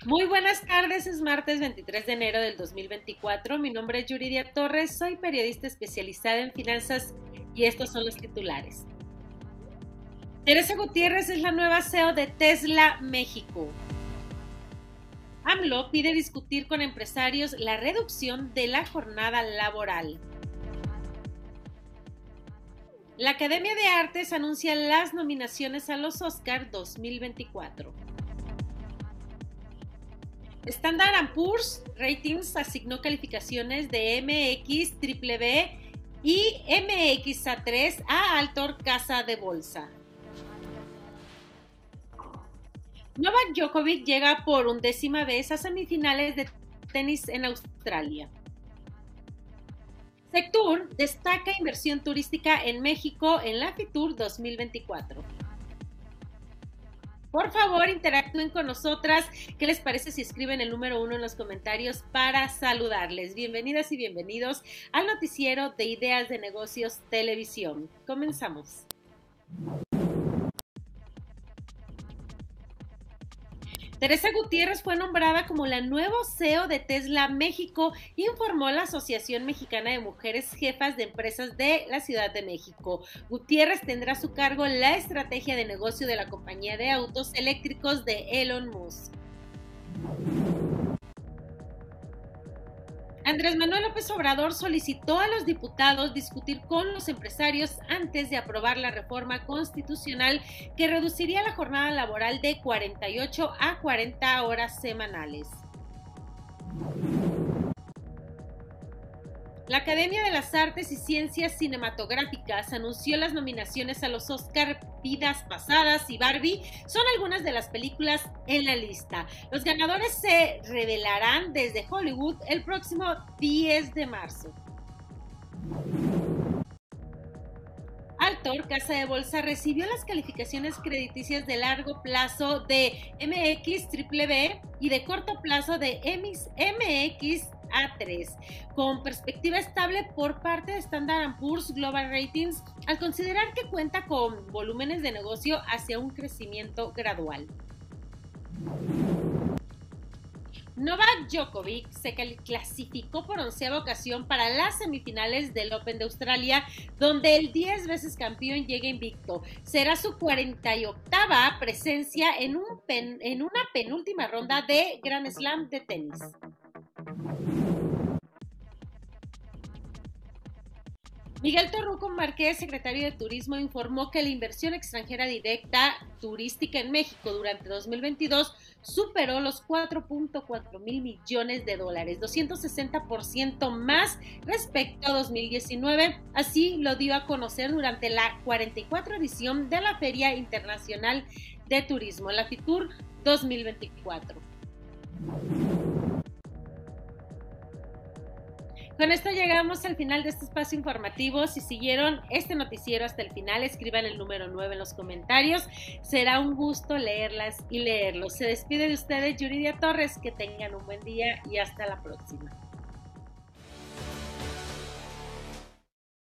Muy buenas tardes, es martes 23 de enero del 2024. Mi nombre es Yuridia Torres, soy periodista especializada en finanzas y estos son los titulares. Teresa Gutiérrez es la nueva CEO de Tesla México. AMLO pide discutir con empresarios la reducción de la jornada laboral. La Academia de Artes anuncia las nominaciones a los Oscar 2024. Standard & Poor's Ratings asignó calificaciones de MX, BBB y MXA3 a Altor Casa de Bolsa. Novak Djokovic llega por 11ª vez a semifinales de tenis en Australia. Sectur destaca inversión turística en México en la Fitur 2024. Por favor, interactúen con nosotras. ¿Qué les parece si escriben el número 1 en los comentarios para saludarles? Bienvenidas y bienvenidos al noticiero de Ideas de Negocios Televisión. Comenzamos. Teresa Gutiérrez fue nombrada como la nueva CEO de Tesla México, informó la Asociación Mexicana de Mujeres Jefas de Empresas de la Ciudad de México. Gutiérrez tendrá a su cargo la estrategia de negocio de la compañía de autos eléctricos de Elon Musk. Andrés Manuel López Obrador solicitó a los diputados discutir con los empresarios antes de aprobar la reforma constitucional que reduciría la jornada laboral de 48 a 40 horas semanales. La Academia de las Artes y Ciencias Cinematográficas anunció las nominaciones a los Oscar. Vidas Pasadas y Barbie son algunas de las películas en la lista. Los ganadores se revelarán desde Hollywood el próximo 10 de marzo. Altor Casa de Bolsa recibió las calificaciones crediticias de largo plazo de MX, BBB y de corto plazo de MX A3, con perspectiva estable por parte de Standard & Poor's Global Ratings, al considerar que cuenta con volúmenes de negocio hacia un crecimiento gradual. Novak Djokovic se clasificó por 11ª ocasión para las semifinales del Open de Australia, donde el 10 veces campeón llega invicto. Será su 48ª presencia en una penúltima ronda de Grand Slam de tenis. Miguel Torruco Márquez, secretario de Turismo, informó que la inversión extranjera directa turística en México durante 2022 superó los 4.4 mil millones de dólares, 260% más respecto a 2019. Así lo dio a conocer durante la 44 edición de la Feria Internacional de Turismo, la FITUR 2024. Con esto llegamos al final de este espacio informativo. Si siguieron este noticiero hasta el final, escriban el número 9 en los comentarios. Será un gusto leerlas y leerlos. Se despide de ustedes Yuridia Torres. Que tengan un buen día y hasta la próxima.